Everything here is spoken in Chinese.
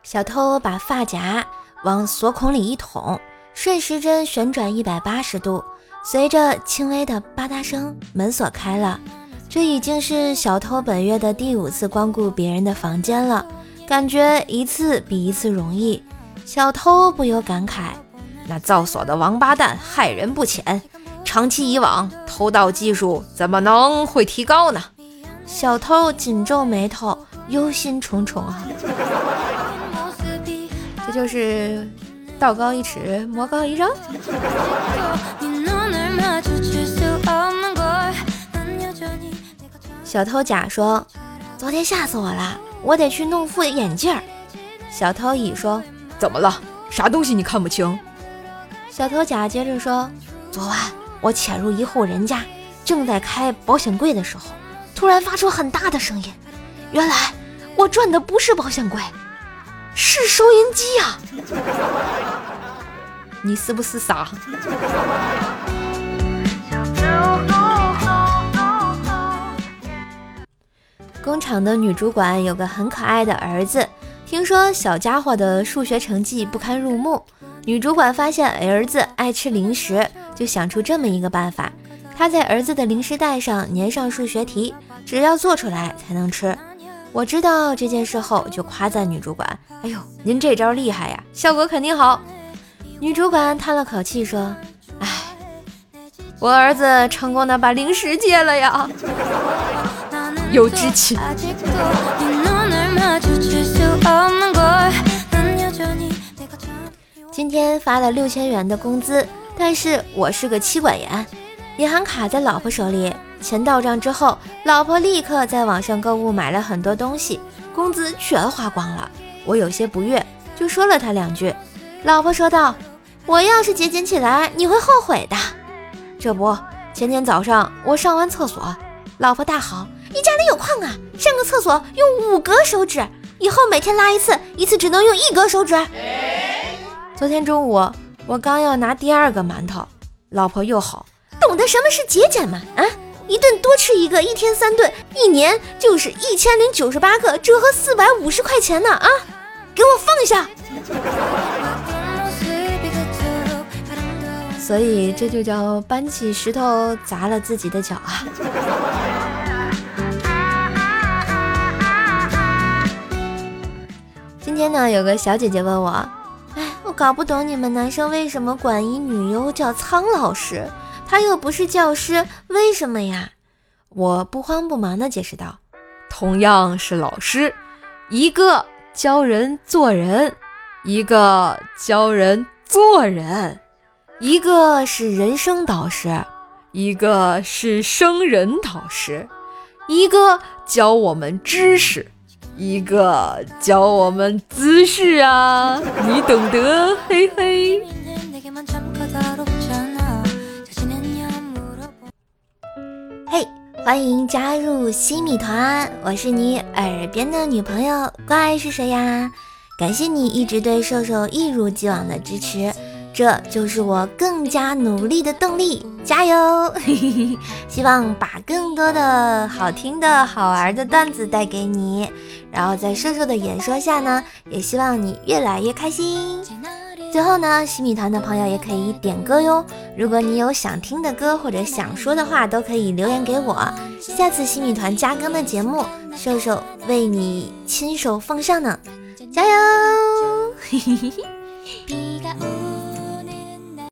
小偷把发夹往锁孔里一捅，顺时针旋转180度，随着轻微的吧嗒声，门锁开了。这已经是小偷本月的第5次光顾别人的房间了，感觉一次比一次容易。小偷不由感慨，那造锁的王八蛋害人不浅，长期以往，偷盗技术怎么能会提高呢？小偷紧皱眉头，忧心忡忡啊。这就是道高一尺，魔高一丈。小偷甲说，昨天吓死我了，我得去弄副眼镜。小偷乙说，怎么了？啥东西你看不清？小偷甲接着说，昨晚我潜入一户人家，正在开保险柜的时候，突然发出很大的声音，原来我转的不是保险柜，是收音机啊！你是不是傻？工厂的女主管有个很可爱的儿子，听说小家伙的数学成绩不堪入目，女主管发现儿子爱吃零食，就想出这么一个办法，她在儿子的零食袋上粘上数学题，只要做出来才能吃。我知道这件事后就夸赞女主管，哎呦，您这招厉害呀，效果肯定好。女主管叹了口气说，哎，我儿子成功的把零食戒了呀。有志气。今天发了6000元的工资，但是我是个妻管严，银行卡在老婆手里，钱到账之后，老婆立刻在网上购物买了很多东西，工资全花光了。我有些不悦，就说了她2句。老婆说道，我要是节俭起来，你会后悔的。这不，前天早上我上完厕所，老婆大吼，你家里有矿啊，上个厕所用5格手指，以后每天拉一次只能用1格手指。昨天中午我刚要拿第2个馒头，老婆又吼，懂得什么是节俭吗？啊，一顿多吃一个，1天3顿，1年就是1098个，折合450块钱呢啊！给我放下！所以这就叫搬起石头砸了自己的脚啊！今天呢，有个小姐姐问我，我搞不懂你们男生为什么管一女优叫苍老师，她又不是教师，为什么呀？我不慌不忙地解释道，同样是老师，一个教人做人，一个教人做人，一个是人生导师，一个是生人导师，一个教我们知识，一个教我们姿势啊，你懂得，嘿嘿。嘿，欢迎加入新米团，我是你耳边的女朋友，怪是谁呀？感谢你一直对瘦瘦一如既往的支持，这就是我更加努力的动力，加油！希望把更多的好听的好玩的段子带给你，然后在瘦瘦的演说下呢，也希望你越来越开心。最后呢，西米团的朋友也可以点歌哟，如果你有想听的歌或者想说的话，都可以留言给我，下次西米团加更的节目，瘦瘦为你亲手奉上呢，加油！